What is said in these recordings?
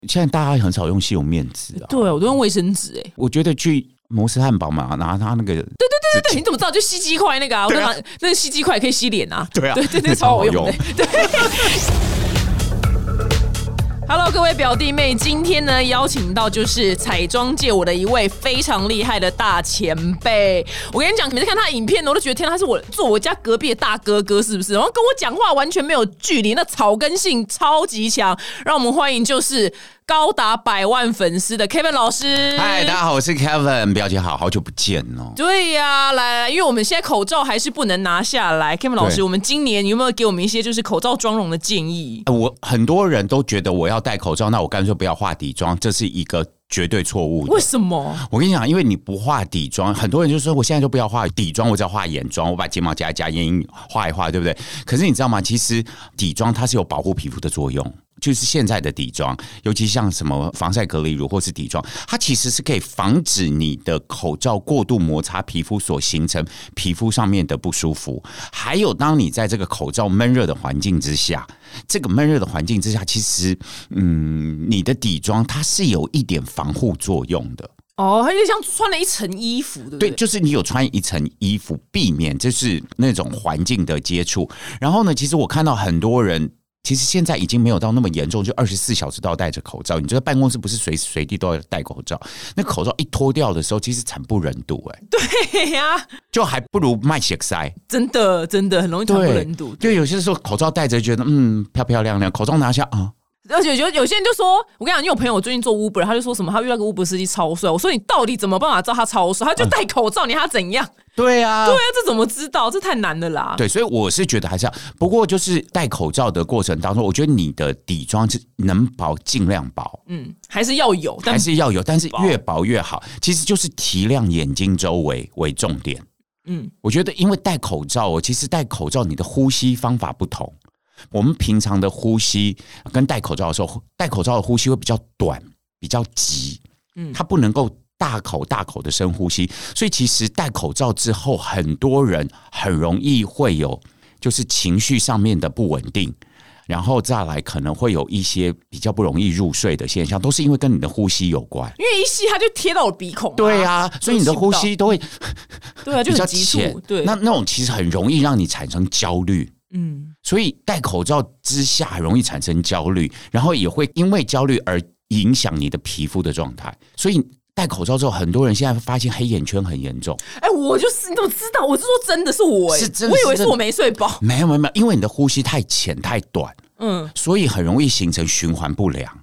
现在大家很少用吸油面纸啊， 对，我都用卫生纸哎。 我觉得去摩斯汉堡嘛，拿他那个对，你怎么知道？就吸鸡块那个啊，那个吸鸡块也可以吸脸啊。 对啊， 对，那个超好用的。对。Hello， 各位表弟妹，今天呢邀请到就是彩妆界我的一位非常厉害的大前辈。我跟你讲，每次看他的影片，我都觉得天哪，他是坐我家隔壁的大哥哥，是不是？然后跟我讲话完全没有距离，那草根性超级强。让我们欢迎就是高达100万粉丝的 Kevin 老师。 嗨，大家好，我是 Kevin， 表姐好，好久不见哦。 对呀，来，因为我们现在口罩还是不能拿下来。Kevin 老师，我们今年有没有给我们一些就是口罩妆容的建议？ 很多人都觉得我要戴口罩，那我干脆不要化底妆，这是一个绝对错误的。 为什么？ 我跟你讲，因为你不化底妆，很多人就说我现在就不要化底妆，我只要化眼妆，我把睫毛夹一夹，眼影画一画，对不对？可是你知道吗？其实底妆它是有保护皮肤的作用。就是现在的底妆，尤其像什么防晒隔离乳或是底妆，它其实是可以防止你的口罩过度摩擦皮肤所形成皮肤上面的不舒服。还有，当你在这个口罩闷热的环境之下，其实你的底妆它是有一点防护作用的。 哦，它就像穿了一层衣服，对不对？ 对，就是你有穿一层衣服，避免就是那种环境的接触。然后呢，其实我看到很多人。其实现在已经没有到那么严重，就24小时都要戴着口罩。你这个办公室不是随时随地都要戴口罩？那口罩一脱掉的时候，其实惨不忍睹对呀， 就还不如卖血塞。 真的很容易惨不忍睹。 就有些时候口罩戴着觉得漂漂亮亮，口罩拿下啊。 而且有些人就说，我跟你讲，因为我朋友最近做 Uber， 他就说什么他遇到个 Uber 司机超帅。我说你到底怎么办法知道他超帅？他就戴口罩，你还要怎样？ 对啊， 这怎么知道？这太难了啦。 对，所以我是觉得还是要，不过就是戴口罩的过程当中，我觉得你的底妆能薄尽量薄， 还是要有， 但是越薄越好。其实就是提亮眼睛周围为重点。我觉得因为戴口罩，其实戴口罩你的呼吸方法不同。我们平常的呼吸跟戴口罩的时候，戴口罩的呼吸会比较短，比较急，它不能够大口的深呼吸，所以其实戴口罩之后，很多人很容易会有就是情绪上面的不稳定，然后再来可能会有一些比较不容易入睡的现象，都是因为跟你的呼吸有关。因为一吸它就贴到我鼻孔， 对啊，所以你的呼吸都会对啊，就很急促，对， 那种其实很容易让你产生焦虑。所以戴口罩之下很容易产生焦虑，然后也会因为焦虑而影响你的皮肤的状态。所以戴口罩之后，很多人现在发现黑眼圈很严重。 我就是你怎么知道？我是说真的是我是真的， 我以为是我没睡饱。 没有，因为你的呼吸太浅太短，所以很容易形成循环不良。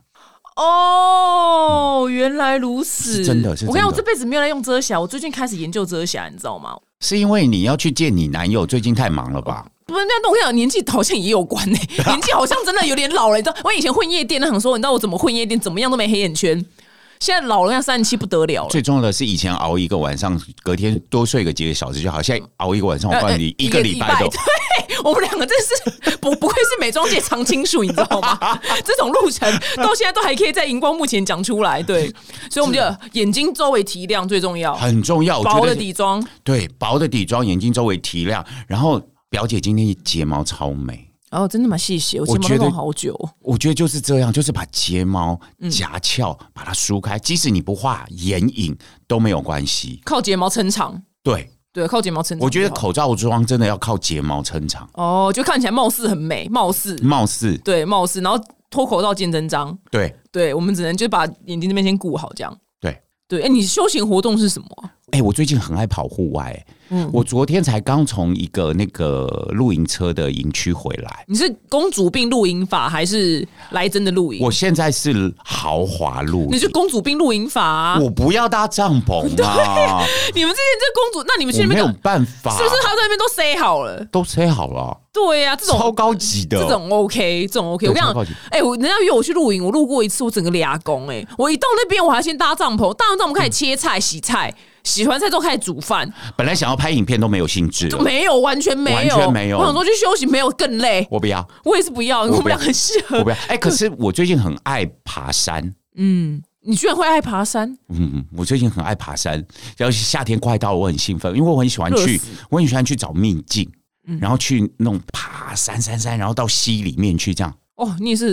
原来如此， 是真的。 我跟你讲，我这辈子没有在用遮瑕，我最近开始研究遮瑕，你知道吗？ 是因为你要去见你男友，最近太忙了吧？ 不是，那我跟你讲，年纪好像也有关年纪好像真的有点老了。你知道，我以前混夜店，想说，你知道我怎么混夜店，怎么样都没黑眼圈。现在老了，像37不得了了。 最重要的是，以前熬一个晚上，隔天多睡个几个小时就好。现在熬一个晚上，我告诉你，一个礼拜都。 对，我们两个真是不愧是美妆界常青树，你知道吗？这种路程到现在都还可以在荧光幕前讲出来。对，所以我们就眼睛周围提亮最重要， 很重要。 薄的底妆， 对，薄的底妆，眼睛周围提亮。然后表姐今天睫毛超美。 真的吗？谢谢，我睫毛弄好久。 我觉得就是这样，就是把睫毛夹翘，把它梳开，即使你不画眼影都没有关系， 靠睫毛撑场。对，靠睫毛撑场。 我觉得口罩妆真的要靠睫毛撑场。 就看起来貌似很美，貌似，对，貌似，然后脱口罩见真章。对，我们只能就把眼睛这边先顾好，这样。对，你休闲活动是什么？ 我最近很爱跑户外。我昨天才刚从一个那个露营车的营区回来。你是公主病露营法还是来真的露营？ 我现在是豪华露营。 你是公主病露营法啊？ 我不要搭帐篷啊！ 你们之前这公主，那你们去那边没有办法， 是不是他在那边都塞好了？ 都塞好了。 对啊，这种超高级的， 这种 OK。我跟你讲，人家约我去露营，我露过一次，我整个俩公我一到那边，我还先搭帐篷，搭完帐篷开始切菜、洗菜。洗完菜之后开始煮饭， 本来想要拍影片都没有兴致， 没有，完全没有。我想说去休息，没有更累。 我不要， 我也是不要，我们俩很适合。 我不要。可是我最近很爱爬山。 你居然会爱爬山？ 我最近很爱爬山，然后夏天快到了，我很兴奋，因为我很喜欢去找秘境，然后去那种爬山，然后到溪里面去这样。 你也是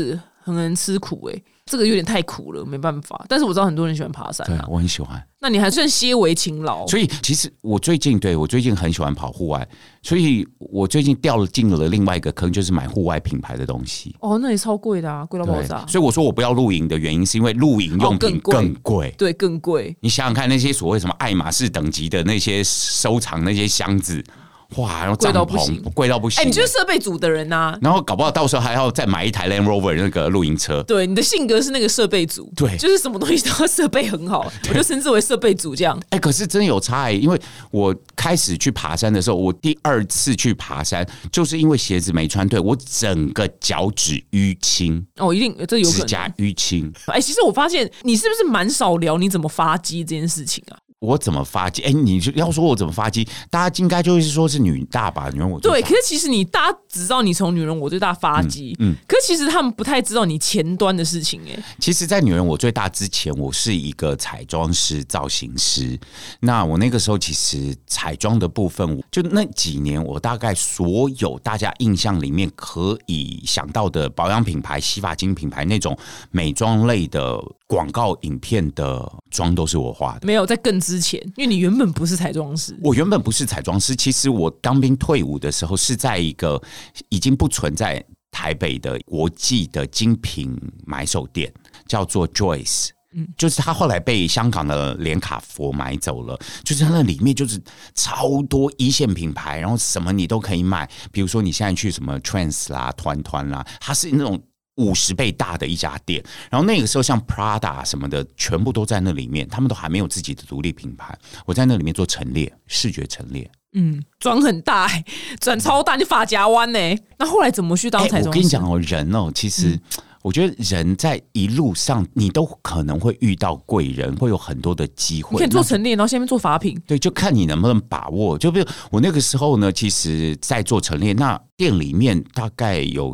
很能吃苦这个有点太苦了，没办法。但是我知道很多人喜欢爬山对，我很喜欢。 那你还算些微勤劳， 所以其实我最近很喜欢跑户外，所以我最近掉进了另外一个坑，就是买户外品牌的东西。 那也超贵的啊，贵到爆炸。 所以我说我不要露营的原因，是因为露营用品更贵， 对，更贵。 你想想看，那些所谓什么爱马仕等级的那些收藏那些箱子。哇，然后帐篷贵到不行， 你就是设备组的人啊， 然后搞不好到时候还要再买一台 Land Rover 那个露营车。 对，你的性格是那个设备组， 对， 就是什么东西都要设备很好，我就称之为设备组这样。 可是真的有差因为我开始去爬山的时候，我第2次去爬山，就是因为鞋子没穿对，我整个脚趾淤青。 一定这有可能指甲淤青。 其实我发现你是不是蛮少聊你怎么发迹这件事情啊？ 我怎么发迹？你要说我怎么发迹，大家应该就会说是女大吧，女人我最大。 对，可是其实大家只知道你从女人我最大发迹，可是其实他们不太知道你前端的事情其实，在女人我最大之前，我是一个彩妆师、造型师。那我那个时候其实彩妆的部分，就那几年，我大概所有大家印象里面可以想到的保养品牌、洗发精品牌那种美妆类的广告影片的妆都是我画的。 没有在更之前，因为你原本不是彩妆师。 我原本不是彩妆师，其实我当兵退伍的时候是在一个已经不存在台北的国际的精品买手店，叫做 Joyce。就是他后来被香港的连卡佛买走了，就是他那里面就是超多一线品牌，然后什么你都可以买，比如说你现在去什么 Trans 啦、团团啦，它是那种50倍大的一家店，然后那个时候像 Prada 什么的全部都在那里面，他们都还没有自己的独立品牌。我在那里面做陈列，视觉陈列。 转很大转超大，你发夹弯那后来怎么去当彩妆师？ 我跟你讲人其实我觉得人在一路上你都可能会遇到贵人，会有很多的机会。 你可以做陈列，然后下面做法品。 对，就看你能不能把握。就比如我那个时候呢，其实在做陈列，那店里面大概有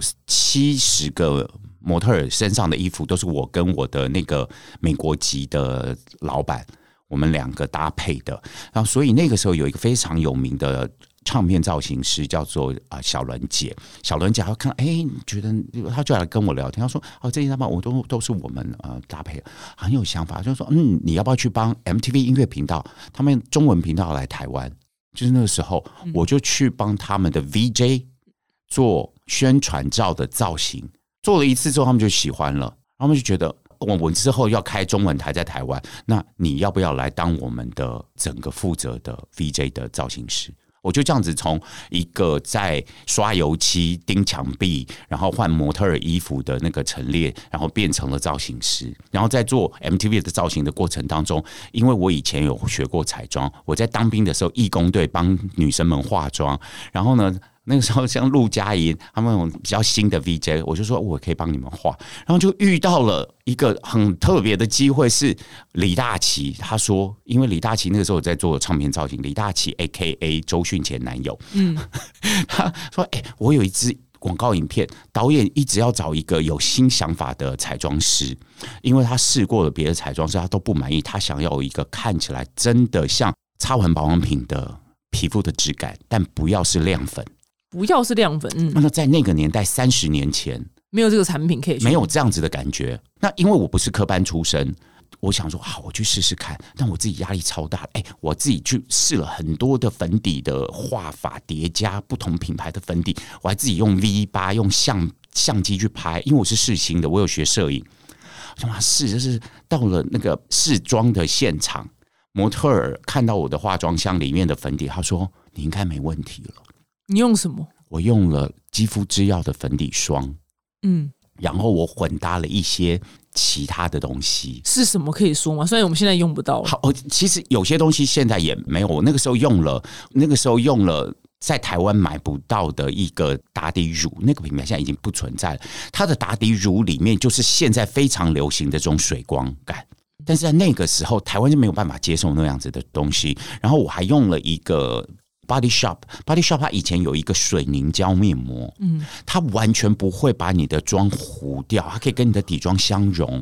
70个模特儿身上的衣服都是我跟我的那个美国籍的老板我们2个搭配的。然后所以那个时候有一个非常有名的唱片造型师叫做小伦姐。小伦姐她看觉得她就来跟我聊天，她说这些搭配我都是我们搭配，很有想法，就说你要不要去帮 MTV 音乐频道他们中文频道来台湾。就是那个时候我就去帮他们的 VJ 做宣传照的造型，做了1次之后他们就喜欢了，他们就觉得我们之后要开中文台在台湾，那你要不要来当我们的整个负责的 VJ 的造型师。我就这样子从一个在刷油漆、钉墙壁，然后换模特儿衣服的那个陈列，然后变成了造型师。然后在做 MTV 的造型的过程当中，因为我以前有学过彩妆，我在当兵的时候义工队帮女生们化妆，然后呢那个时候像陆佳莹他们比较新的 VJ， 我就说我可以帮你们画，然后就遇到了一个很特别的机会，是李大齐。他说因为李大齐那个时候在做唱片造型，李大齐 AKA 周迅前男友，他说我有一支广告影片，导演一直要找一个有新想法的彩妆师，因为他试过了别的彩妆师他都不满意，他想要有一个看起来真的像擦完保养品的皮肤的质感，但不要是亮粉。 不要是亮粉。 那在那个年代30年前没有这个产品可以选， 没有这样子的感觉。那因为我不是科班出身，我想说好，我去试试看，但我自己压力超大。我自己去试了很多的粉底的画法叠加不同品牌的粉底，我还自己用 V8 用相机去拍，因为我是试新的，我有学摄影。我想试，就是到了那个试妆的现场，模特儿看到我的化妆箱里面的粉底，他说你应该没问题了。 你用什么？ 我用了肌肤之钥的粉底霜，然后我混搭了一些其他的东西。 是什么可以说吗？虽然我们现在用不到了。 好，其实有些东西现在也没有。我那个时候用了在台湾买不到的一个打底乳，那个品牌现在已经不存在了。它的打底乳里面就是现在非常流行的这种水光感，但是在那个时候台湾就没有办法接受那样子的东西。然后我还用了一个Body Shop 它以前有一个水凝胶面膜，它完全不会把你的妆糊掉，它可以跟你的底妆相融。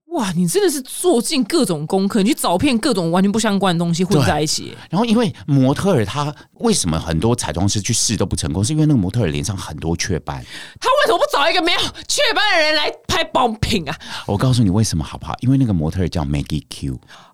哇，你真的是做尽各种功课，你去找遍各种完全不相关的东西混在一起。 然后因为模特儿他为什么很多彩妆师去试都不成功，是因为那个模特儿脸上很多雀斑， 他为什么不找一个没有雀斑的人来拍保品啊？ 我告诉你为什么好不好？因为那个模特儿叫 Maggie Q。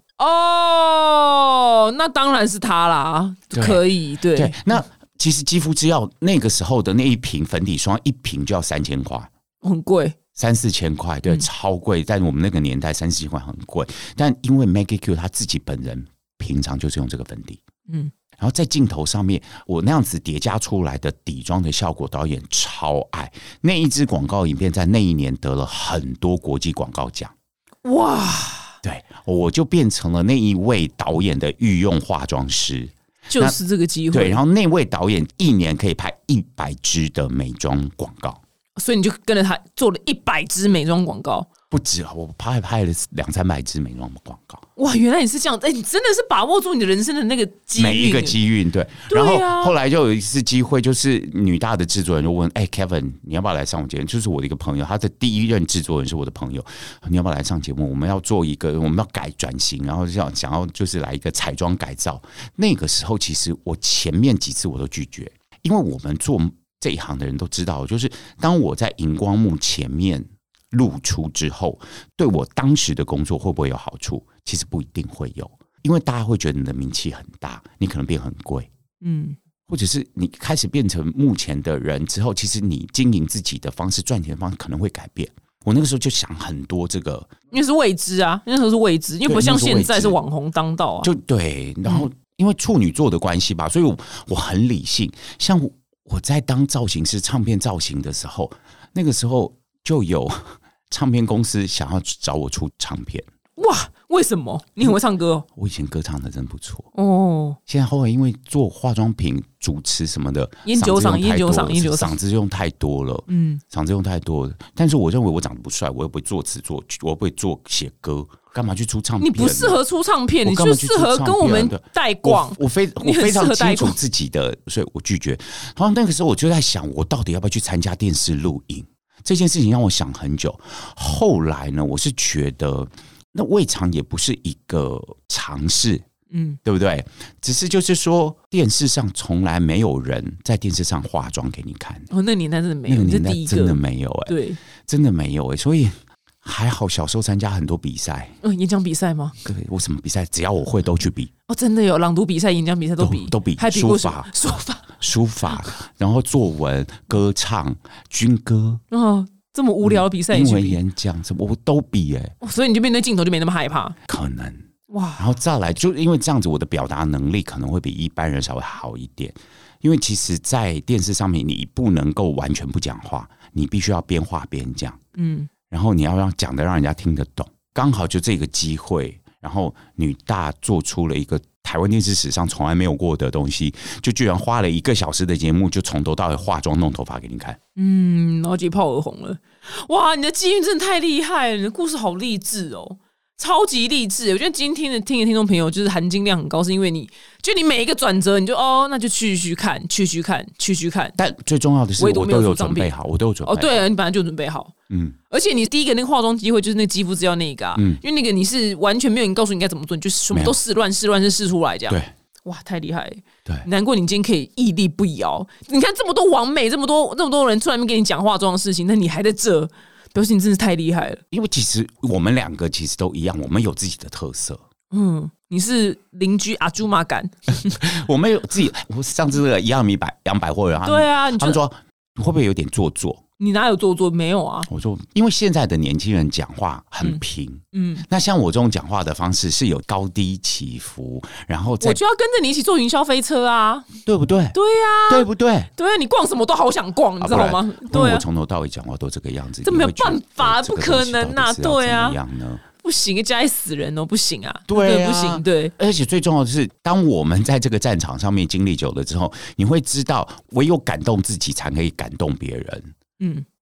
哦，那当然是他啦，可以。对， 那其实肌肤之钥那个时候的那一瓶粉底霜，一瓶就要3000块， 很贵 ，3-4千块，对，超贵。但我们那个年代3-4千块很贵，但因为 Maggie Q 他自己本人平常就是用这个粉底，然后在镜头上面，我那样子叠加出来的底妆的效果，导演超爱。那一支广告影片在那一年得了很多国际广告奖， 哇！ 对，我就变成了那一位导演的御用化妆师， 就是这个机会。 对，然后那位导演一年可以拍100支的美妆广告， 所以你就跟着他做了100支美妆广告。 不止啊，我拍了200-300支美妆广告。 哇，原来你是这样！你真的是把握住你的人生的那个机遇， 每一个机遇，对。然后后来就有一次机会，就是女大的制作人就问：“Kevin， 你要不要来上我节目？”就是我的一个朋友，他的第一任制作人是我的朋友，你要不要来上节目？我们要做一个，我们要转型，然后想要就是来一个彩妆改造。那个时候，其实我前面几次我都拒绝，因为我们做这一行的人都知道，就是当我在荧光幕前面露出之后，对我当时的工作会不会有好处？其实不一定会有，因为大家会觉得你的名气很大，你可能变很贵，或者是你开始变成目前的人之后，其实你经营自己的方式、赚钱的方式可能会改变。我那个时候就想很多这个， 因为是未知啊，那时候是未知，因为不像现在是网红当道啊， 就对。然后因为处女座的关系吧，所以我很理性。像我在当造型师、唱片造型的时候，那个时候就有唱片公司想要找我出唱片。 哇，为什么？你很会唱歌哦。 我以前歌唱的真不错哦。 现在后来因为做化妆品、主持什么的， 烟酒嗓， 嗓子用太多了，嗓子用太多了。但是我认为我长得不帅，我又不会作词作曲，我又不会写歌，干嘛去出唱片？ 你不适合出唱片，你就适合跟我们带广。 我非常清楚自己的，所以我拒绝。然后那个时候我就在想，我到底要不要去参加电视录影？这件事情让我想很久。后来呢，我是觉得。那未尝也不是一个尝试，对不对？只是就是说，电视上从来没有人在电视上化妆给你看。 那个年代真的没有， 那个年代真的没有对， 真的没有所以还好，小时候参加很多比赛， 演讲比赛吗？ 对，我什么比赛只要我会都去比。 真的有朗读比赛、演讲比赛都比， 还比过书法，然后作文、歌唱、军歌。 这么无聊的比赛， 英文演讲什么我都比所以你就面对镜头就没那么害怕， 可能哇。然后再来，就因为这样子，我的表达能力可能会比一般人稍微好一点。因为其实，在电视上面，你不能够完全不讲话，你必须要边画边讲，然后你要讲的让人家听得懂。刚好就这个机会，然后女大做出了一个台湾电视史上从来没有过的东西，就居然花了1个小时的节目，就从头到尾化妆弄头发给你看。 然后就一炮而红了。哇，你的机遇真的太厉害了，你的故事好励志哦，超级励志。我觉得今天的听众朋友就是含金量很高，是因为你每一个转折，你就那就去看。 但最重要的是，我都有准备好， 对，你本来就准备好。而且你第一个那个化妆机会就是那个肌肤之钥那个因为那个你是完全没有人告诉你该怎么做，你就什么都试乱试出来这样。 对， 哇，太厉害了！ 对， 难怪你今天可以屹立不摇。你看这么多网美，这么多人出来跟你讲化妆的事情，那你还在这，表示你真是太厉害了。 因为其实我们2个其实都一样，我们有自己的特色。 你是邻居阿朱玛感， 我们有自己。我上次那个杨百货人， 对啊， 他们说会不会有点做作？ 你哪有做作？没有啊。 我说，因为现在的年轻人讲话很平，那像我这种讲话的方式是有高低起伏，然后我就要跟着你一起坐云霄飞车啊， 对不对？ 对啊， 对不对？ 对啊，你逛什么都好想逛，你知道吗？ 对啊，我从头到尾讲话都这个样子， 这没有办法，不可能啊，对啊，不行，家里死人哦，不行啊， 对啊， 不行，对。 而且最重要的是，当我们在这个战场上面经历久了之后，你会知道，唯有感动自己，才可以感动别人。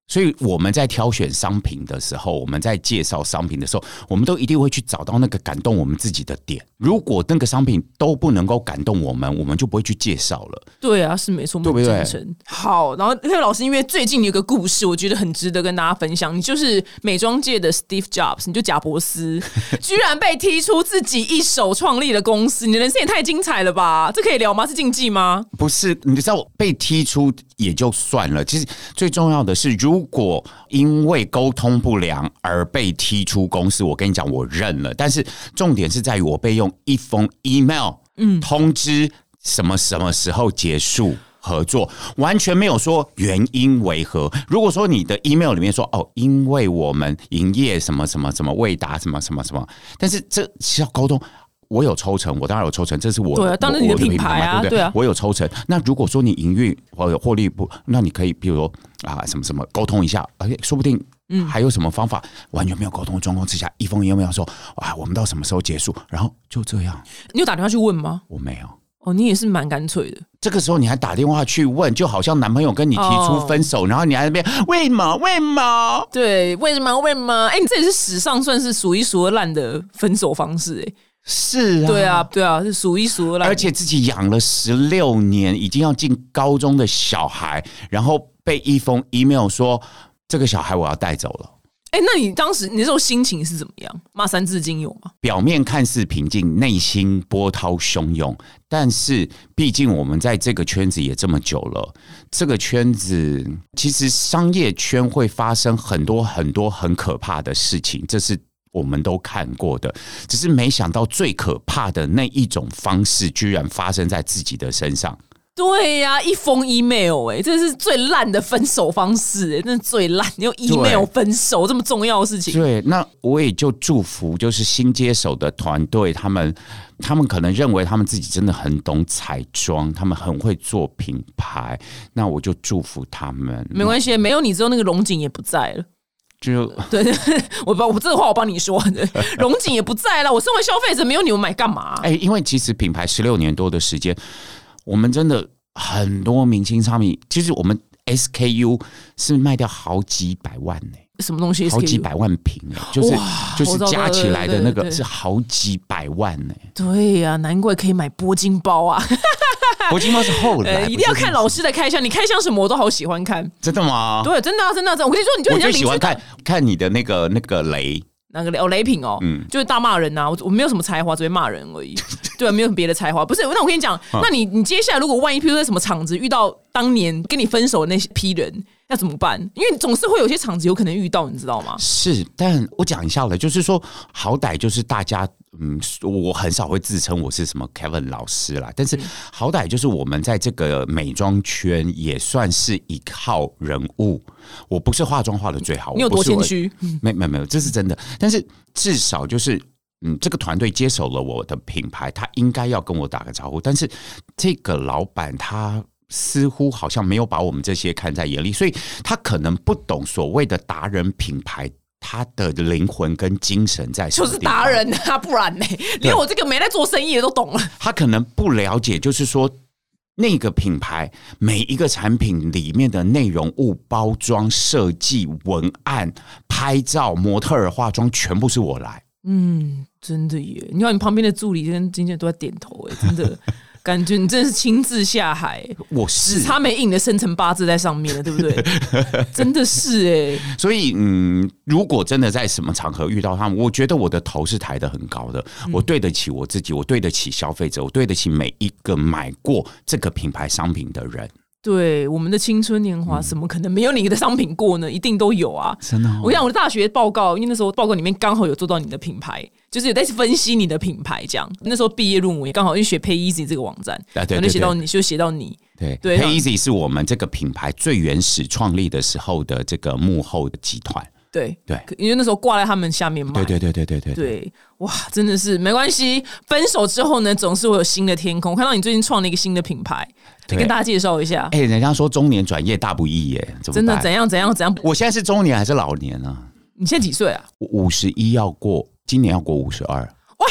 所以我们在挑选商品的时候，我们在介绍商品的时候，我们都一定会去找到那个感动我们自己的点。如果那个商品都不能够感动我们，我们就不会去介绍了。 对啊，是没错，对不对？好，然后佩老师，因为最近有个故事，我觉得很值得跟大家分享。你就是美妆界的 Steve Jobs， 你就贾伯斯，居然被踢出自己一手创立的公司，你的人生也太精彩了吧？这可以聊吗？是禁忌吗？ 不是，你知道被踢出也就算了，其实最重要的是，如果因为沟通不良而被踢出公司，我跟你讲，我认了。但是重点是在于我被用一封 email 通知什么什么时候结束合作，完全没有说原因为何。如果说你的 email 里面说因为我们营业什么什么什么未达什么什么什么，但是这是要沟通。我有抽成，我当然有抽成，这是我对啊，当然你的品牌啊，对啊， 我有抽成。那如果说你营运或有获利不，那你可以比如说什么什么沟通一下，而且说不定还有什么方法，完全没有沟通的状况之下，一封 email 说我们到什么时候结束，然后就这样。 你有打电话去问吗？ 我没有。 你也是蛮干脆的。 这个时候你还打电话去问，就好像男朋友跟你提出分手，然后你还在那边为什么？ 对，为什么？你这也是史上算是数一数二烂的分手方式是啊， 对啊，是数一数二烂， 而且自己养了16年，已经要进高中的小孩，然后被一封 email 说这个小孩我要带走了。 那你当时你那时候心情是怎么样？骂三字经有吗？ 表面看似平静，内心波涛汹涌。但是毕竟我们在这个圈子也这么久了，这个圈子其实商业圈会发生很多很多很可怕的事情，这是我们都看过的，只是没想到最可怕的那一种方式居然发生在自己的身上。 对呀，一封 email 这是最烂的分手方式真的最烂，你用 email 分手这么重要的事情。 对，那我也就祝福就是新接手的团队，他们可能认为他们自己真的很懂彩妆，他们很会做品牌，那我就祝福他们。 没关系，没有你之后那个龙井也不在了。 就对，我这个话我帮你说，龙井也不在了。我身为消费者，没有你们买干嘛？ 因为其实品牌16年多的时间，我们真的很多明星商品，其实我们 SKU 是卖掉好几百万什么东西 SKU？ 好几百万瓶就是加起来的那个是好几百万对呀，难怪可以买铂金包啊。 铂金包是后来， 一定要看老师的开箱，你开箱什么我都好喜欢看。 真的吗？ 对，真的啊，真的。我跟你说，你就很像邻居。 我就喜欢看你的那个雷。 那个雷品就是大骂人啊！我没有什么才华，只会骂人而已。对，没有别的才华。不是，那我跟你讲，那你接下来如果万一，譬如在什么场子遇到当年跟你分手的那些批人，要怎么办？因为总是会有些场子有可能遇到，你知道吗？ 是，但我讲一下了，就是说，好歹就是大家，我很少会自称我是什么 Kevin 老师啦，但是好歹就是我们在这个美妆圈也算是一号人物。我不是化妆化的最好， 你有多谦虚？ 没有，这是真的。但是至少就是，这个团队接手了我的品牌，他应该要跟我打个招呼。但是这个老板他似乎好像没有把我们这些看在眼里，所以他可能不懂所谓的达人品牌。他的灵魂跟精神在什么地方？ 就是达人啊，不然呢？连我这个没在做生意的都懂了。 他可能不了解，就是说那个品牌每一个产品里面的内容物、包装设计、文案、拍照、模特儿化妆，全部是我来。 真的耶！你看你旁边的助理跟经纪人都在点头，真的。感觉你真的是亲自下海， 我是只差没印你的生辰八字在上面了，对不对？真的是所以如果真的在什么场合遇到他们，我觉得我的头是抬得很高的，我对得起我自己，我对得起消费者，我对得起每一个买过这个品牌商品的人。 对，我们的青春年华怎么可能没有你的商品过呢？一定都有啊！ 真的我想我的大学报告，因为那时候报告里面刚好有做到你的品牌，就是有在分析你的品牌这样。那时候毕业论文也刚好因为学 PayEasy 这个网站， 对， 就写到你，就写到你。 对 ，PayEasy 是我们这个品牌最原始创立的时候的这个幕后的集团。 对，因为那时候挂在他们下面卖。 对， 哇，真的是没关系。分手之后呢，总是会有新的天空。我看到你最近创了一个新的品牌，来跟大家介绍一下。 人家说中年转业大不易耶， 真的怎样？ 我现在是中年还是老年啊？ 你现在几岁啊？ 我51要过，今年要过52。 喂，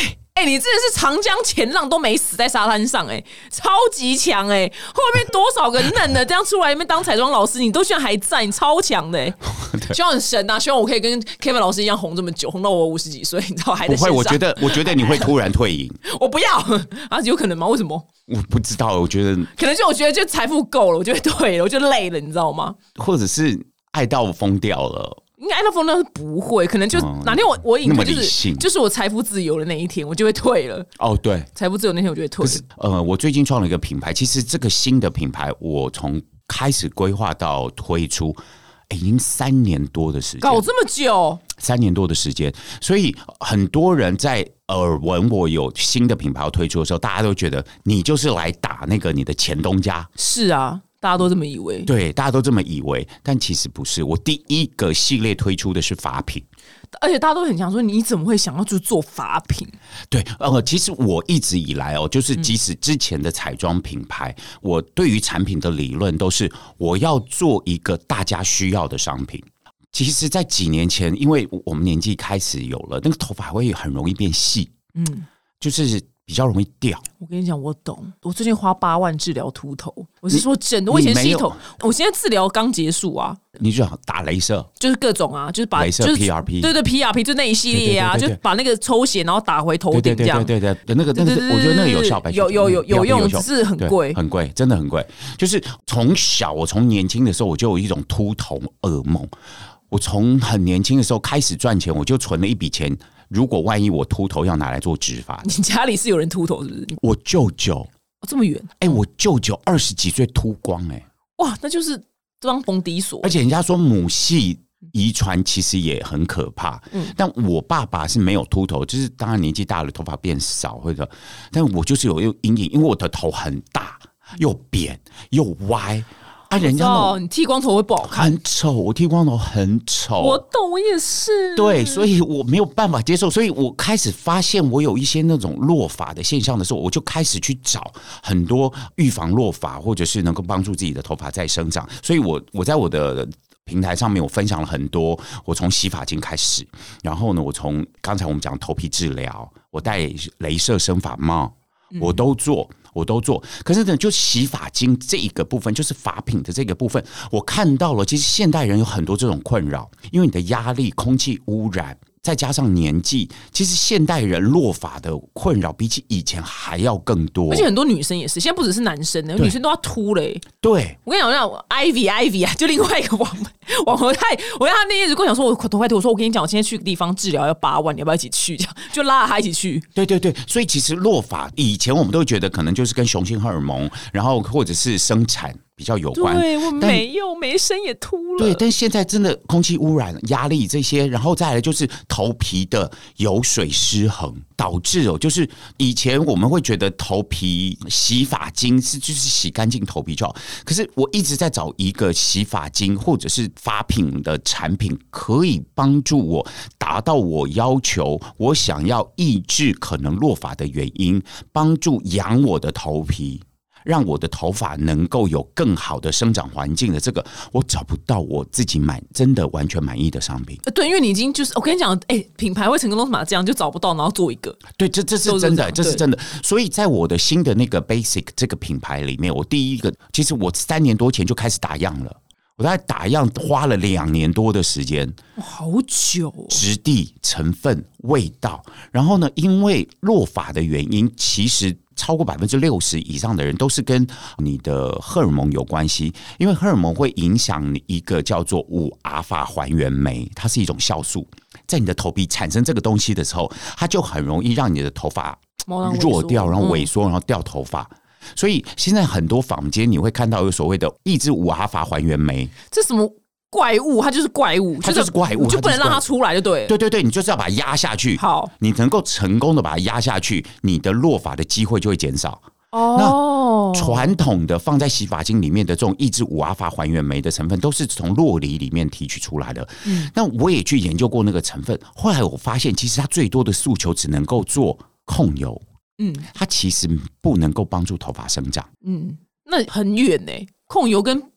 你真的是长江前浪都没死在沙滩上超级强后面多少个嫩的这样出来那边当彩妆老师，你都居然还在，你超强的希望很神啊！希望我可以跟 Kevin 老师一样红这么久，红到我50几岁，你知道还在线上。 不会，我觉得你会突然退隐。 我不要啊，有可能吗？为什么？ 我不知道，我觉得可能我觉得就财富够了，我就会退了，我就累了，你知道吗？ 或者是爱到疯掉了。 应该爱到疯掉是不会，可能就哪天我隐退就是我财富自由的那一天，我就会退了。哦， 对， 财富自由那天我就会退了。可是我最近创了一个品牌，其实这个新的品牌，我从开始规划到推出，已经3年多的时间， 搞这么久 ，3年多的时间，所以很多人在耳闻我有新的品牌要推出的时候，大家都觉得你就是来打那个你的前东家。 是啊。大家都这么以为， 对，大家都这么以为，但其实不是。我第一个系列推出的是发品， 而且大家都很想说，你怎么会想要去做发品？ 对，其实我一直以来就是即使之前的彩妆品牌，我对于产品的理论都是我要做一个大家需要的商品。其实，在几年前，因为我们年纪开始有了，那个头发会很容易变细，就是比较容易掉。 我跟你讲，我懂。我最近花8万治疗秃头，我是说真的。我以前洗头，我现在治疗刚结束啊。 你就想打雷射， 就是各种啊，就是把雷射 PRP， 对 PRP 就那一系列啊，就把那个抽血然后打回头顶这样。 对，那个，我觉得那个有效， 有用，只是很贵， 很贵，真的很贵。就是我从年轻的时候我就有一种秃头噩梦。我从很年轻的时候开始赚钱，我就存了一笔钱。如果万一我秃头要拿来做植发， 你家里是有人秃头是不是？ 我舅舅这么远我舅舅20几岁秃光哇，那就是当逢敌所。 而且人家说母系遗传其实也很可怕，但我爸爸是没有秃头，就是当然年纪大了头发变少或者，但我就是有阴影，因为我的头很大又扁又歪。人家你剃光头会不好看， 很丑。我剃光头很丑， 我懂，我也是。 对，所以我没有办法接受，所以我开始发现我有一些那种落发的现象的时候，我就开始去找很多预防落发，或者是能够帮助自己的头发再生长。所以我在我的平台上面，我分享了很多。我从洗发精开始，然后呢，我从刚才我们讲头皮治疗，我戴雷射生发帽，我都做。可是呢，就洗发精这一个部分，就是发品的这个部分，我看到了，其实现代人有很多这种困扰，因为你的压力、空气污染，再加上年纪，其实现代人落发的困扰比起以前还要更多。 而且很多女生也是，现在不只是男生女生都要秃嘞。 对， 我跟你讲，那 Ivy 啊，就另外一个网红，我跟他那天就跟我讲说，我头发秃，我说我跟你讲，我现在去个地方治疗要8万，你要不要一起去？这样就拉着他一起去。 对，所以其实落发以前我们都会觉得可能就是跟雄性荷尔蒙，然后或者是生产比较有关。 对，我没生也秃了。 对，但现在真的空气污染、压力这些，然后再来就是头皮的油水失衡，导致就是以前我们会觉得头皮洗发精就是洗干净头皮就好，可是我一直在找一个洗发精或者是发品的产品，可以帮助我达到我要求，我想要抑制可能落发的原因，帮助养我的头皮。让我的头发能够有更好的生长环境的这个，我找不到我自己真的完全满意的商品。 对，因为你已经就是我跟你讲，品牌会成功都是嘛这样，就找不到，然后做一个。 对，这是真的，这是真的。所以在我的新的那个 Basic 这个品牌里面，我第一个，其实我3年多前就开始打样了。我大概打样花了2年多的时间， 好久质地、成分、味道。然后呢，因为落发的原因，其实超过60%以上的人都是跟你的荷尔蒙有关系，因为荷尔蒙会影响你一个叫做5-α还原酶，它是一种酵素，在你的头皮产生这个东西的时候，它就很容易让你的头发弱掉，然后萎缩，然后掉头发。所以现在很多坊间你会看到有所谓的抑制5-α还原酶， 这什么怪物？它就是怪物， 它就是怪物， 就不能让它出来就对了。 对，你就是要把它压下去。 好， 你能够成功的把它压下去，你的落发的机会就会减少。 那传统的放在洗发精里面的这种抑制5-α还原酶的成分，都是从酪梨里面提取出来的。那我也去研究过那个成分，后来我发现，其实它最多的诉求只能够做控油。它其实不能够帮助头发生长。 那很远控油跟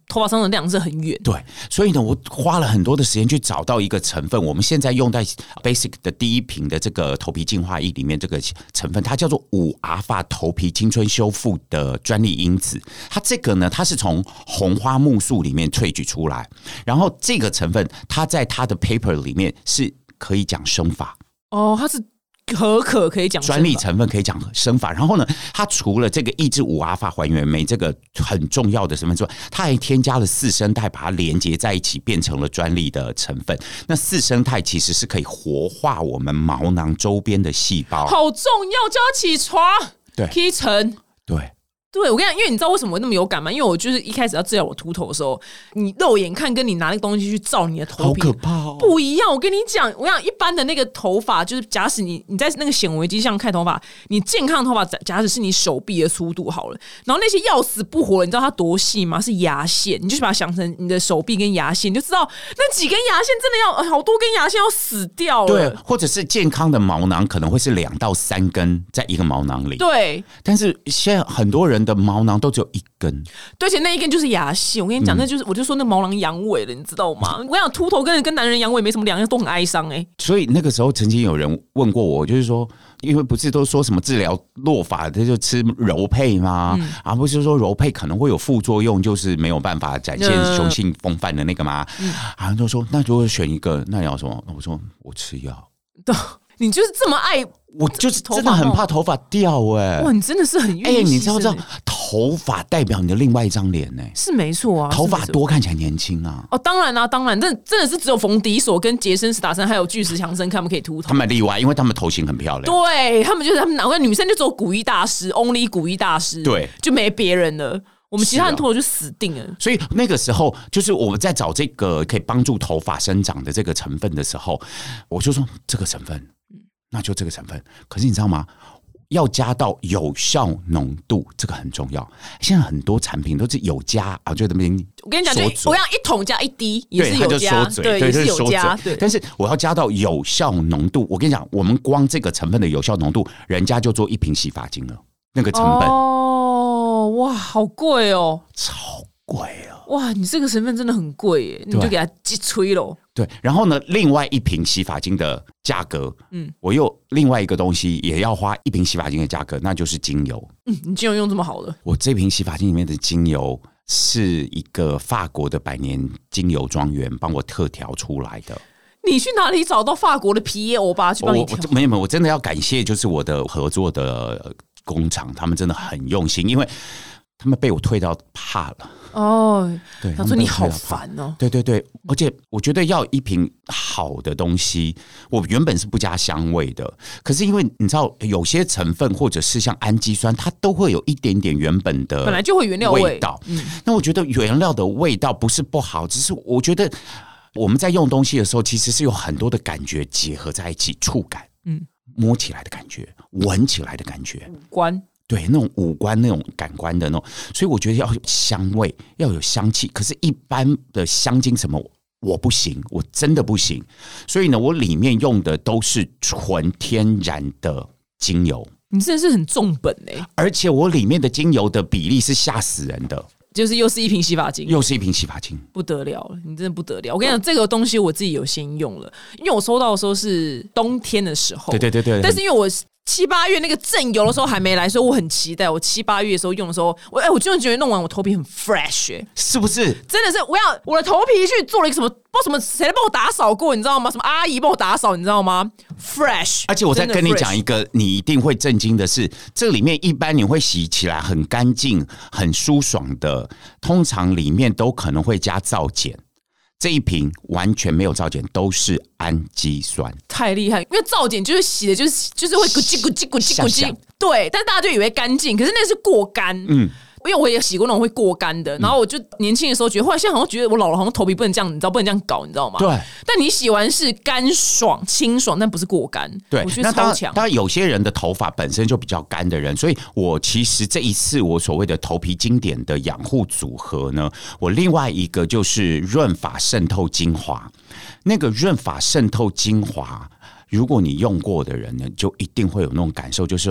头发上的量是很远。 对，所以呢，我花了很多的时间去找到一个成分，我们现在用在 Basic 的第一瓶的这个头皮净化液里面，这个成分它叫做5α头皮青春修复的专利因子。它这个呢，它是从红花木素里面萃取出来，然后这个成分它在它的 paper 里面是可以讲生法。 哦，它是可以讲专利成分可以讲生法，然后呢，它除了这个抑制5α还原酶这个很重要的成分之外，它还添加了4生态，把它连接在一起，变成了专利的成分。那4生态其实是可以活化我们毛囊周边的细胞， 好重要，叫他起床， 对， 起床，对，我跟你讲，因为你知道为什么我那么有感吗？因为我就是一开始要治疗我秃头的时候，你肉眼看跟你拿那个东西去照你的头皮， 好可怕哦， 不一样。我跟你讲，我想一般的那个头发，就是假使你在那个显微机上看头发，你健康的头发，假使是你手臂的粗度好了，然后那些要死不活，你知道它多细吗？是牙线，你就把它想成你的手臂跟牙线，你就知道那几根牙线真的要好多根牙线要死掉了。 对，或者是健康的毛囊可能会是2到3根在一个毛囊里。 对， 但是现在很多人的毛囊都只有1根， 对，而且那一根就是牙线。我跟你讲，那就是我就说那毛囊阳痿了，你知道吗？我跟你讲，秃头跟男人阳痿没什么两样，都很哀伤所以那个时候曾经有人问过我，就是说，因为不是都说什么治疗落发的就吃柔沛吗？而不是说柔沛可能会有副作用，就是没有办法展现雄性风范的那个吗？好像就说那如果选一个，那你要什么？我说我吃药。 你就是这么爱， 我就是真的很怕头发掉哇，你真的是很愿意你知道头发代表你的另外一张脸是没错啊， 头发多看起来年轻啊。 哦，当然啊，当然，真的是只有冯迪索跟杰森斯坦森还有巨石强森他们可以秃头， 他们例外，因为他们头型很漂亮。 对，他们就是他们哪个女生就只有古一大师 ，only 古一大师， 对， 就没别人了。我们其他人秃头就死定了。 所以那个时候，就是我们在找这个可以帮助头发生长的这个成分的时候，我就说这个成分。那就这个成分，可是你知道吗？要加到有效浓度，这个很重要。现在很多产品都是有加啊，就这边我跟你讲，我要1桶加1滴也是有加，对，也是有加。对， 但是我要加到有效浓度。我跟你讲，我们光这个成分的有效浓度，人家就做1瓶洗发精了，那个成本哦，哇，好贵哦， 超贵哦。 哇，你这个成分真的很贵耶，你就给它击吹了。 对，然后呢，另外1瓶洗发精的价格，我又另外一个东西也要花1瓶洗发精的价格，那就是精油。 你精油用这么好的？ 我这瓶洗发精里面的精油是一个法国的百年精油庄园帮我特调出来的。 你去哪里找到法国的皮耶欧巴去帮你调？ 没有，我真的要感谢，就是我的合作的工厂，他们真的很用心，因为他们被我退到怕了。 哦， 对， 他说你好烦哦。 对，而且我觉得要一瓶好的东西，我原本是不加香味的，可是因为你知道有些成分或者是像氨基酸，它都会有一点点原本的本来就会原料味道。那我觉得原料的味道不是不好，只是我觉得我们在用东西的时候，其实是有很多的感觉结合在一起，触感，摸起来的感觉，闻起来的感觉， 五官。 对，那种五官那种感官的那种，所以我觉得要有香味，要有香气。可是，一般的香精什么我不行，我真的不行。所以呢，我里面用的都是纯天然的精油。 你真的是很重本而且我里面的精油的比例是吓死人的。 就是又是1瓶洗发精， 又是1瓶洗发精， 不得了了！你真的不得了。我跟你讲，这个东西我自己有先用了，因为我收到的时候是冬天的时候， 对， 但是因为我7、8月那个正油的时候还没来，所以我很期待。我7、8月的时候用的时候，我真的觉得弄完我头皮很 fresh， 是不是？ 真的是，我的头皮去做了一个什么，不知道什么，谁帮我打扫过，你知道吗？什么阿姨帮我打扫，你知道吗 ？fresh。 而且我再跟你讲一个，你一定会震惊的是，这里面一般你会洗起来很干净、很舒爽的，通常里面都可能会加皂碱。这一瓶完全没有皂碱，都是氨基酸， 太厉害！因为皂碱就是洗的，就是会咕叽咕叽咕叽咕叽，对，但是大家就以为干净，可是那是过干。因为我也洗过那种会过干的，然后我就年轻的时候觉得，后来现在好像觉得我老了，好像头皮不能这样，你知道不能这样搞，你知道吗？ 对。 但你洗完是干爽、清爽，但不是过干。 对， 我觉得超强。 当然，有些人的头发本身就比较干的人，所以我其实这一次我所谓的头皮经典的养护组合呢，我另外一个就是润发渗透精华。那个润发渗透精华，如果你用过的人呢，就一定会有那种感受，就是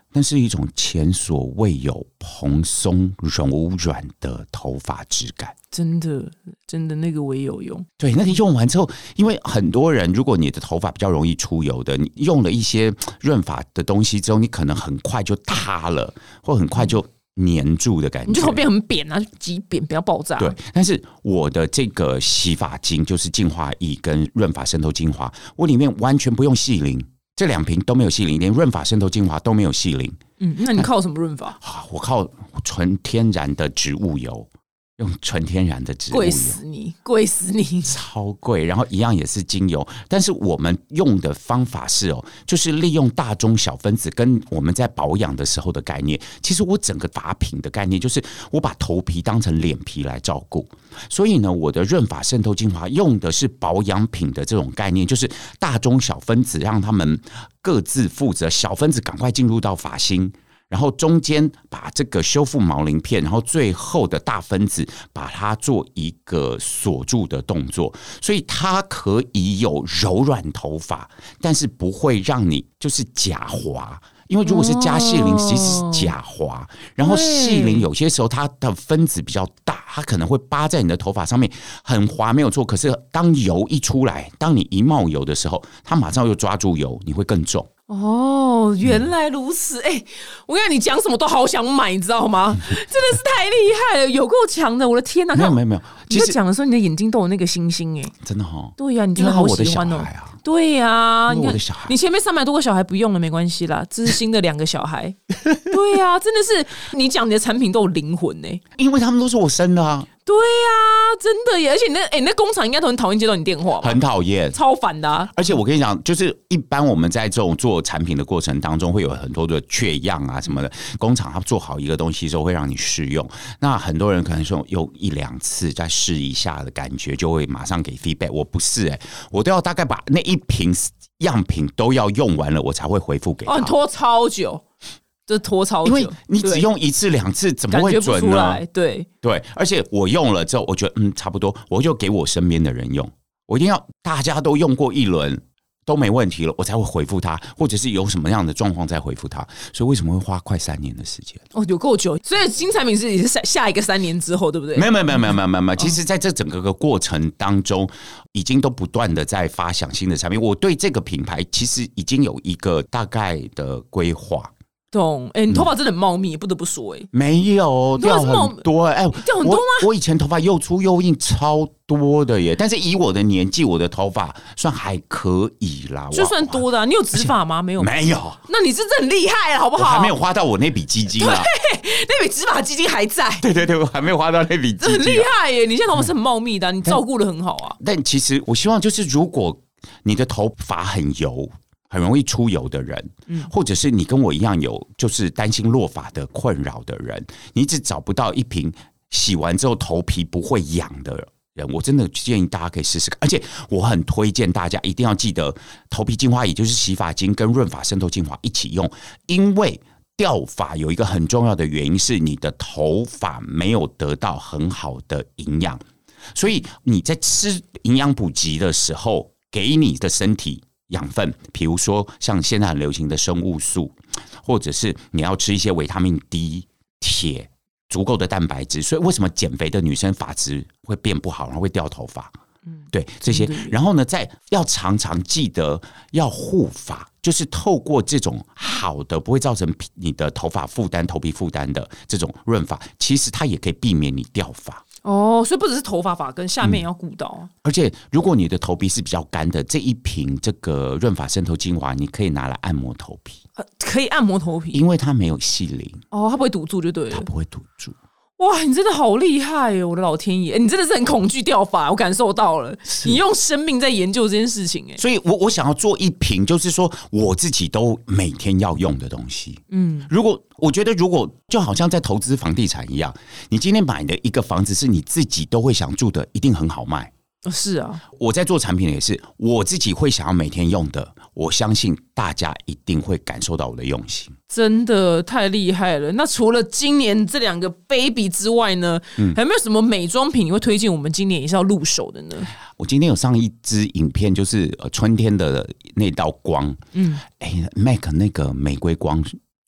那是一种前所未有蓬松柔软的头发质感。 真的那个我也有用。 对，那个用完之后，因为很多人如果你的头发比较容易出油的，你用了一些润发的东西之后，你可能很快就塌了，或很快就黏住的感觉， 你就会变很扁啊，就极扁，不要爆炸。 对，但是我的这个洗发精就是净化液跟润发渗透精华，我里面完全不用细鳞，这2瓶都没有细鳞，连润发渗透精华都没有细鳞。 那你靠什么润发？ 我靠纯天然的植物油。用纯天然的植物油， 贵死你， 超贵。然后一样也是精油，但是我们用的方法是就是利用大中小分子跟我们在保养的时候的概念。其实我整个发品的概念就是我把头皮当成脸皮来照顾，所以呢，我的润发渗透精华用的是保养品的这种概念，就是大中小分子让他们各自负责，小分子赶快进入到发芯。然后中间把这个修复毛鳞片，然后最后的大分子把它做一个锁住的动作，所以它可以有柔软头发，但是不会让你就是假滑。因为如果是加细鳞，其实是假滑。然后细鳞有些时候它的分子比较大，它可能会扒在你的头发上面，很滑没有错。可是当油一出来，当你一冒油的时候，它马上又抓住油，你会更重。 原来如此！我跟你讲什么都好想买，你知道吗？真的是太厉害了，有够强的！我的天哪！ 没有， 你在讲的时候，你的眼睛都有那个星星真的对呀，你真的好喜欢哦。对呀， 我的小孩， 你前面300多个小孩不用了，没关系啦，这是新的2个小孩。对呀，真的是你讲你的产品都有灵魂因为他们都是我生的啊。 对呀，真的耶！而且你那工厂应该都很讨厌接到你电话， 很讨厌， 超烦的而且我跟你讲，就是一般我们在这种做产品的过程当中，会有很多的缺样啊什么的。工厂它做好一个东西之后，会让你试用。那很多人可能说用1-2次再试一下的感觉，就会马上给 feedback。我不是我都要大概把那1瓶样品都要用完了，我才会回复给他。 你拖超久。这拖超久， 因为你只用1次2次，怎么会准呢？ 对， 而且我用了之后，我觉得差不多，我就给我身边的人用。我一定要大家都用过1轮都没问题了，我才会回复他，或者是有什么样的状况再回复他。所以为什么会花快3年的时间？ 有够久。所以新产品是也是下一个3年之后，对不对？ 没有。其实在这整个过程当中，已经都不断的在发想新的产品。我对这个品牌其实已经有一个大概的规划。 懂你头发真的很茂密，不得不说没有掉很多掉很多吗？ 我以前头发又粗又硬超多的耶，但是以我的年纪，我的头发算还可以啦， 就算多的你有植发吗？没有，那你是很厉害了，好不好？ 我还没有花到我那笔基金啊， 那笔植发基金还在。 对，我还没有花到那笔基金， 很厉害耶！你现在头发是很茂密的，你照顾得很好啊。 但其实我希望就是，如果你的头发很油。很容易出油的人，或者是你跟我一样有就是担心落发的困扰的人，你一直找不到1瓶洗完之后头皮不会痒的人，我真的建议大家可以试试看。而且我很推荐大家一定要记得头皮净化液，就是洗发精跟润发渗透精华一起用，因为掉发有一个很重要的原因是你的头发没有得到很好的营养，所以你在吃营养补给的时候，给你的身体养分，比如说像现在很流行的生物素，或者是你要吃一些维他命 D、铁、足够的蛋白质。所以为什么减肥的女生发质会变不好，然后会掉头发？对这些。然后呢，再要常常记得要护发，就是透过这种好的不会造成你的头发负担、头皮负担的这种润发，其实它也可以避免你掉发。 所以不只是头发发根，下面也要顾到而且如果你的头皮是比较干的，这1瓶这个润发渗透精华，你可以拿来按摩头皮。 可以按摩头皮， 因为它没有细鳞。 它不会堵住就对了。 它不会堵住。 哇，你真的好厉害哦！我的老天爷，你真的是很恐惧掉发，我感受到了。你用生命在研究这件事情所以我想要做1瓶，就是说我自己都每天要用的东西。我觉得如果就好像在投资房地产一样，你今天买的一个房子是你自己都会想住的，一定很好卖。 是啊， 我在做产品也是我自己会想要每天用的，我相信大家一定会感受到我的用心。 真的太厉害了。那除了今年这2个 baby 之外呢，还有没有什么美妆品你会推荐我们今年也是要入手的呢？ 我今天有上一支影片，就是春天的那道光，MAC 那个玫瑰光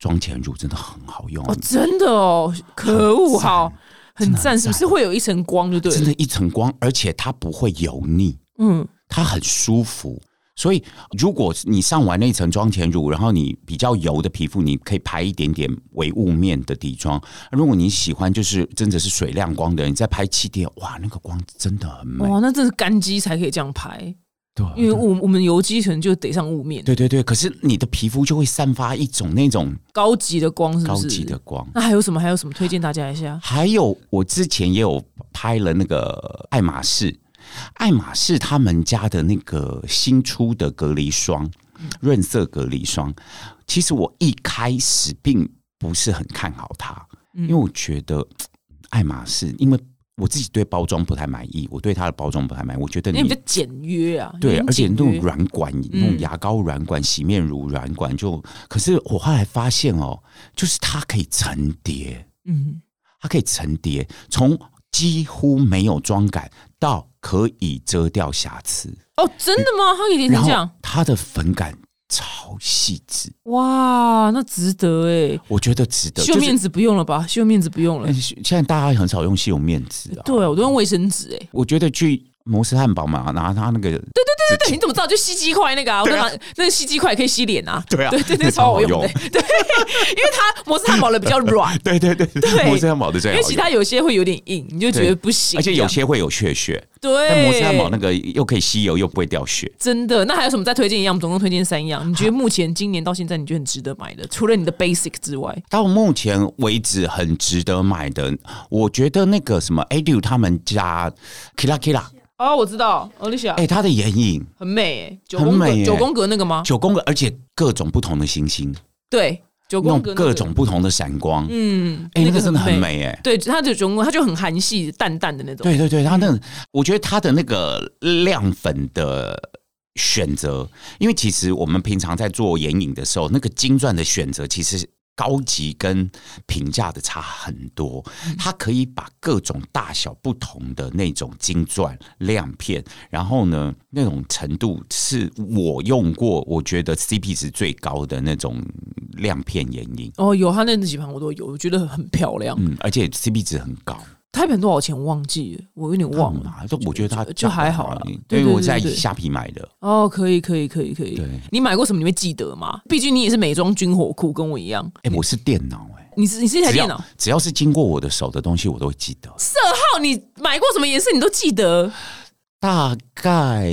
妆前乳真的很好用哦，真的哦，可恶，好，很赞，是不是会有一层光就对了？ 真的，一层光，而且它不会油腻，它很舒服。所以，如果你上完那层妆前乳，然后你比较油的皮肤，你可以拍一点点微雾面的底妆。如果你喜欢就是真的是水亮光的人，你再拍气垫，哇，那个光真的很美。 哇，那真是干肌才可以这样拍。 对， 因为我们油肌可能就得上雾面。 对对对，可是你的皮肤就会散发一种那种高级的光，是不是？ 高级的光。 那还有什么？还有什么推荐大家一下？ 还有，我之前也有拍了那个爱马仕。爱马仕他们家的那个新出的隔离霜，润色隔离霜，其实我一开始并不是很看好它，因为我觉得爱马仕，因为我自己对包装不太满意，我对它的包装不太满意，我觉得你比较简约啊， 对，而且那种软管，那种牙膏软管、洗面乳软管，可是我后来发现哦，就是它可以层叠，它可以层叠，从几乎没有妆感到可以遮掉瑕疵。 哦，真的吗？它可以叠成这样？ 它的粉感超细致， 哇，那值得哎！ 我觉得值得。 绣面纸不用了吧？绣面纸不用了。 现在大家很少用绣面纸啊。 对，我都用卫生纸哎。 我觉得去摩斯汉堡嘛，拿它那个， 对，你怎么知道？就吸鸡块那个啊，我拿那个吸鸡块可以吸脸啊。 对啊， 对，那超好用的。对，因为它摩斯汉堡的比较软。 对，摩斯汉堡的最好用， 因为其他有些会有点硬，你就觉得不行。 而且有些会有屑。 对， 但摩斯汉堡那个又可以吸油，又不会掉屑。 真的？那还有什么再推荐一样？我们总共推荐3样。你觉得目前今年到现在，你觉得很值得买的？除了你的 basic 之外， 到目前为止很值得买的，我觉得那个什么 Adieu 他们家 Killa。 哦，我知道 Alicia， 它的眼影很美很美 9宫格那个吗 ？9宫格，而且各种不同的星星， 对，9宫格各种不同的闪光，那个真的很美哎。 对，它的9宫格，它就很韩系、淡淡的那种。 对，它那我觉得它的那个亮粉的选择，因为其实我们平常在做眼影的时候，那个金钻的选择其实高级跟平价的差很多，它可以把各种大小不同的那种金钻亮片，然后呢那种程度是我用过我觉得 CP 值最高的那种亮片眼影。 哦，有，它那几盘我都有，我觉得很漂亮， 而且 CP 值很高。 台版多少钱我忘记了，我有点忘了。 我觉得它就还好了， 因为我在虾皮买的。 哦，可以。对，你买过什么？你会记得吗？毕竟你也是美妆军火库，跟我一样。 我是电脑你是一台电脑， 只要是经过我的手的东西，我都会记得。 色号，你买过什么颜色，你都记得？ 大概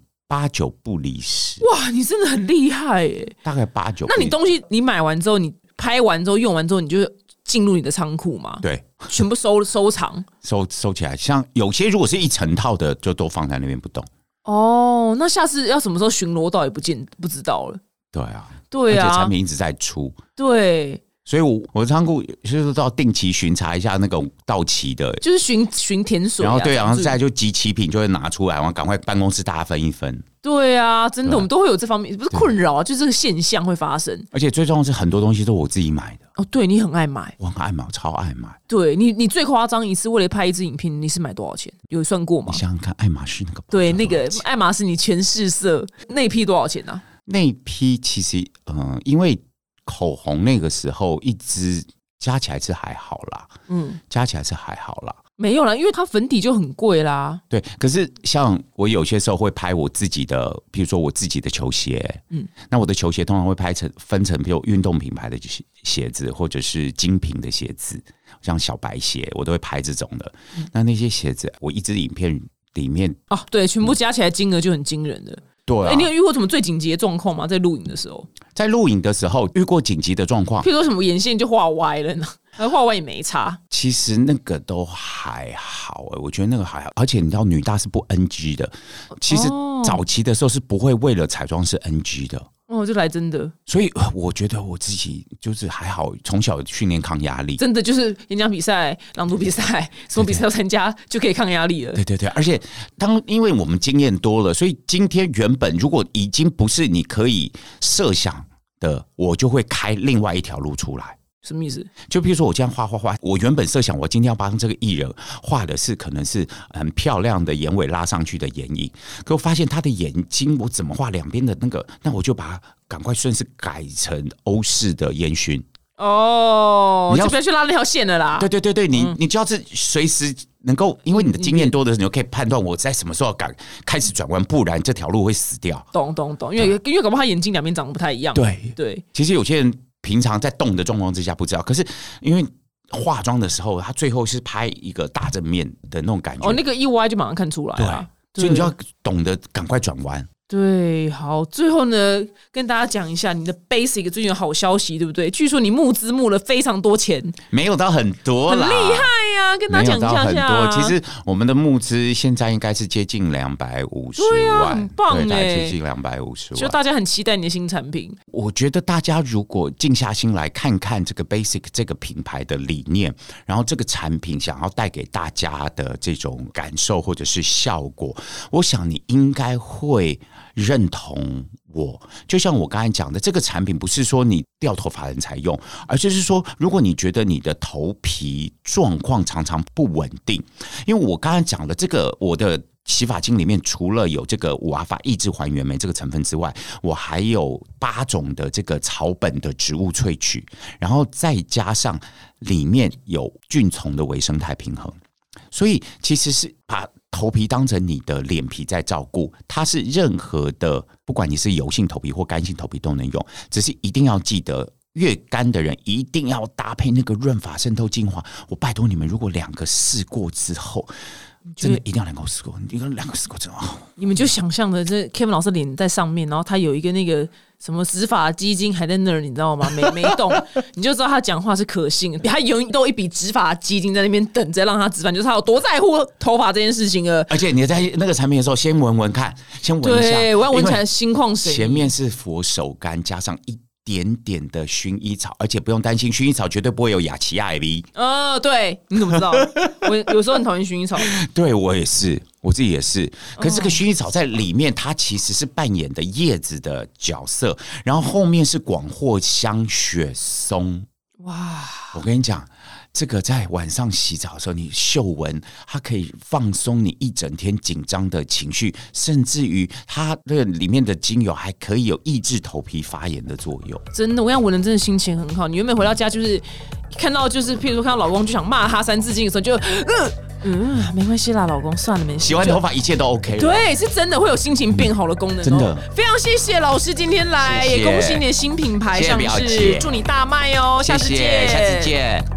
8、9不离10。 哇，你真的很厉害耶！ 大概8、9。 那你东西你买完之后，你拍完之后用完之后，你就进入你的仓库吗？ 对， 全部收藏， 收起来。像有些如果是一整套的，就都放在那边不动。 哦，那下次要什么时候巡逻到也不知道了。 对啊， 而且产品一直在出。 对。 所以我的仓库就是要定期巡查一下那个到期的， 就是巡甜水， 然后然后再来就集齐品就会拿出来，然后赶快办公室大家分一分。 对啊，真的，我们都会有这方面不是困扰啊，就这个现象会发生。 而且最重要的是很多东西都是我自己买的。 哦，对，你很爱买， 我很爱买，我超爱买。 对你最夸张一次为了拍一支影片，你是买多少钱？有算过吗？ 你想想看，爱马仕那个， 对，那个爱马仕你全试色那批多少钱啊？ 那批其实因为口红那个时候一支加起来是还好啦，加起来是还好啦。 没有啦，因为它粉底就很贵啦。 对，可是像我有些时候会拍我自己的，比如说我自己的球鞋，那我的球鞋通常会分成，比如运动品牌的鞋子，或者是精品的鞋子，像小白鞋，我都会拍这种的。那些鞋子，我一支影片里面对，全部加起来金额就很惊人了。 对啊， 你有遇过什么最紧急的状况吗？在录影的时候， 遇过紧急的状况， 譬如说什么眼线就画歪了呢？画歪也没差。 其实那个都还好我觉得那个还好。而且你知道女大是不 NG 的，其实早期的时候是不会为了彩妆师 NG 的。 就来真的， 所以我觉得我自己就是还好，从小训练抗压力， 真的就是演讲比赛、朗读比赛，什么比赛要参加就可以抗压力了。 对，而且因为我们经验多了，所以今天原本如果已经不是你可以设想的，我就会开另外一条路出来。 什么意思？ 就比如说我这样画，我原本设想我今天要帮这个艺人画的是可能是很漂亮的眼尾拉上去的眼影，可我发现他的眼睛我怎么画两边的那个，那我就把它赶快顺势改成欧式的烟熏。 哦，你就不要去拉那条线了啦。 对，你就要是随时能够，因为你的经验多的时候，你就可以判断我在什么时候开始转弯，不然这条路会死掉。 懂，因为搞不好他眼睛两边长得不太一样。对， 其实有些人平常在动的状况之下不知道，可是因为化妆的时候，他最后是拍一个大正面的那种感觉。 那个一歪就马上看出来了。 对，所以你就要懂得赶快转弯。 对，好，最后呢，跟大家讲一下你的 Basic 最近有好消息，对不对？据说你募资募了非常多钱， 没有到很多啦， 很厉害呀，跟大家讲一下下。 没有到很多，其实我们的募资现在应该是接近250万， 很棒对，接近250万， 就大家很期待你的新产品。 我觉得大家如果静下心来看看这个 Basic 这个品牌的理念，然后这个产品想要带给大家的这种感受或者是效果，我想你应该会认同我。就像我刚才讲的，这个产品不是说你掉头发人才用，而就是说如果你觉得你的头皮状况常常不稳定，因为我刚才讲的这个我的洗发精里面除了有这个5阿法抑制还原酶这个成分之外，我还有8种的这个草本的植物萃取，然后再加上里面有菌丛的微生态平衡，所以其实是把头皮当成你的脸皮在照顾，它是任何的，不管你是油性头皮或干性头皮都能用，只是一定要记得越干的人一定要搭配那个润发渗透精华。我拜托你们，如果2个试过之后，真的一定要2个试过，你2个试过之后， 你们就想象的这 Kevin 老师脸在上面，然后他有一个那个什么植发基金还在那儿，你知道吗？没动，你就知道他讲话是可信的。他永远都有一笔植发基金在那边等着让他植发，就是他有多在乎头发这件事情了。 而且你在那个产品的时候，先闻闻看，先闻一下， 对，我要闻起来心旷神怡。 前面是佛手柑加上一点点的薰衣草，而且不用担心，薰衣草绝对不会有雅琪亚 IV。 对，你怎么知道？我有时候很讨厌薰衣草。 对，我也是，我自己也是。可是这个薰衣草在里面，它其实是扮演的叶子的角色，然后后面是广藿香、雪松。哇！我跟你讲。这个在晚上洗澡的时候，你嗅闻，它可以放松你一整天紧张的情绪，甚至于它这里面的精油还可以有抑制头皮发炎的作用。 真的，我想闻的真的心情很好。你原本回到家就是看到，就是譬如说看到老公就想骂他3字经的时候，就没关系啦，老公，算了，没事。 洗完头发一切都 OK 了。 对，是真的会有心情变好的功能。 真的， 非常谢谢老师今天来， 谢谢， 也恭喜你的新品牌上市，祝你大卖哦！下次见。